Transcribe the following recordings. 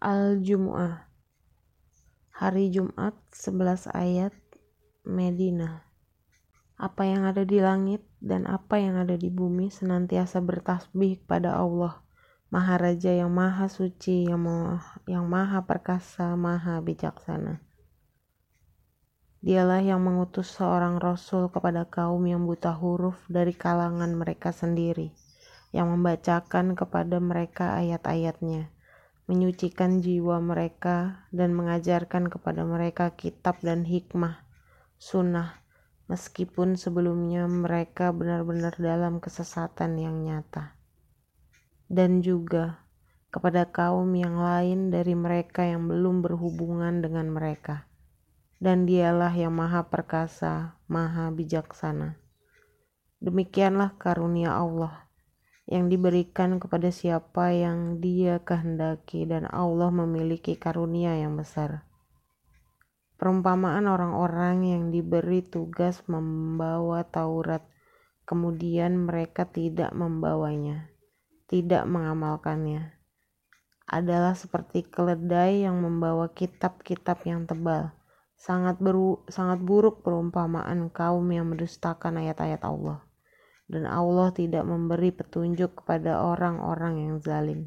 Al-Jumu'ah. Hari Jumat 11 ayat Medina. Apa yang ada di langit dan apa yang ada di bumi senantiasa bertasbih kepada Allah, Maharaja yang Maha Suci, yang Maha Perkasa, Maha Bijaksana. Dialah yang mengutus seorang Rasul kepada kaum yang buta huruf dari kalangan mereka sendiri, yang membacakan kepada mereka ayat-ayatnya, menyucikan jiwa mereka dan mengajarkan kepada mereka kitab dan hikmah, sunnah, meskipun sebelumnya mereka benar-benar dalam kesesatan yang nyata. Dan juga kepada kaum yang lain dari mereka yang belum berhubungan dengan mereka. Dan dialah yang Maha Perkasa, Maha Bijaksana. Demikianlah karunia Allah yang diberikan kepada siapa yang Dia kehendaki, dan Allah memiliki karunia yang besar. Perumpamaan orang-orang yang diberi tugas membawa Taurat, kemudian mereka tidak membawanya, tidak mengamalkannya, adalah seperti keledai yang membawa kitab-kitab yang tebal. Sangat buruk perumpamaan kaum yang mendustakan ayat-ayat Allah. Dan Allah tidak memberi petunjuk kepada orang-orang yang zalim.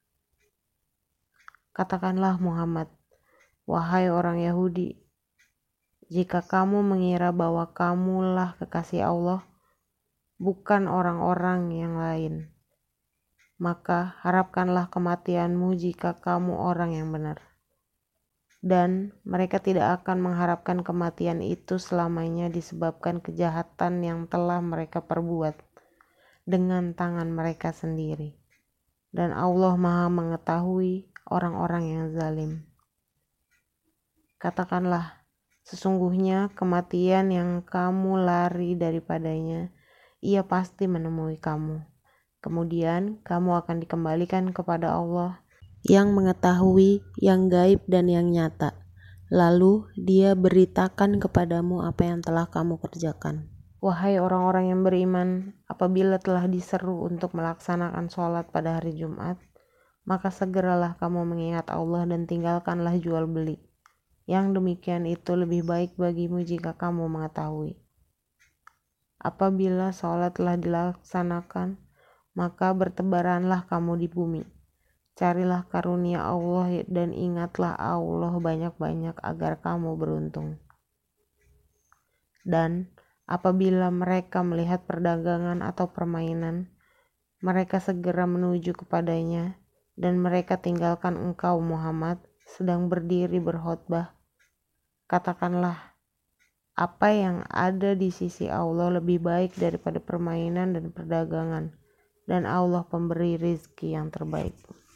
Katakanlah Muhammad, wahai orang Yahudi, jika kamu mengira bahwa kamulah kekasih Allah, bukan orang-orang yang lain, maka harapkanlah kematianmu jika kamu orang yang benar. Dan mereka tidak akan mengharapkan kematian itu selamanya disebabkan kejahatan yang telah mereka perbuat dengan tangan mereka sendiri. Dan Allah Maha mengetahui orang-orang yang zalim. Katakanlah, sesungguhnya kematian yang kamu lari daripadanya, ia pasti menemui kamu. Kemudian kamu akan dikembalikan kepada Allah yang mengetahui yang gaib dan yang nyata. Lalu Dia beritakan kepadamu apa yang telah kamu kerjakan. Wahai orang-orang yang beriman, apabila telah diseru untuk melaksanakan sholat pada hari Jumat, maka segeralah kamu mengingat Allah dan tinggalkanlah jual beli. Yang demikian itu lebih baik bagimu jika kamu mengetahui. Apabila sholat telah dilaksanakan, maka bertebaranlah kamu di bumi. Carilah karunia Allah dan ingatlah Allah banyak-banyak agar kamu beruntung. Dan apabila mereka melihat perdagangan atau permainan, mereka segera menuju kepadanya, dan mereka tinggalkan engkau Muhammad sedang berdiri berkhotbah. Katakanlah, apa yang ada di sisi Allah lebih baik daripada permainan dan perdagangan, dan Allah pemberi rizki yang terbaik.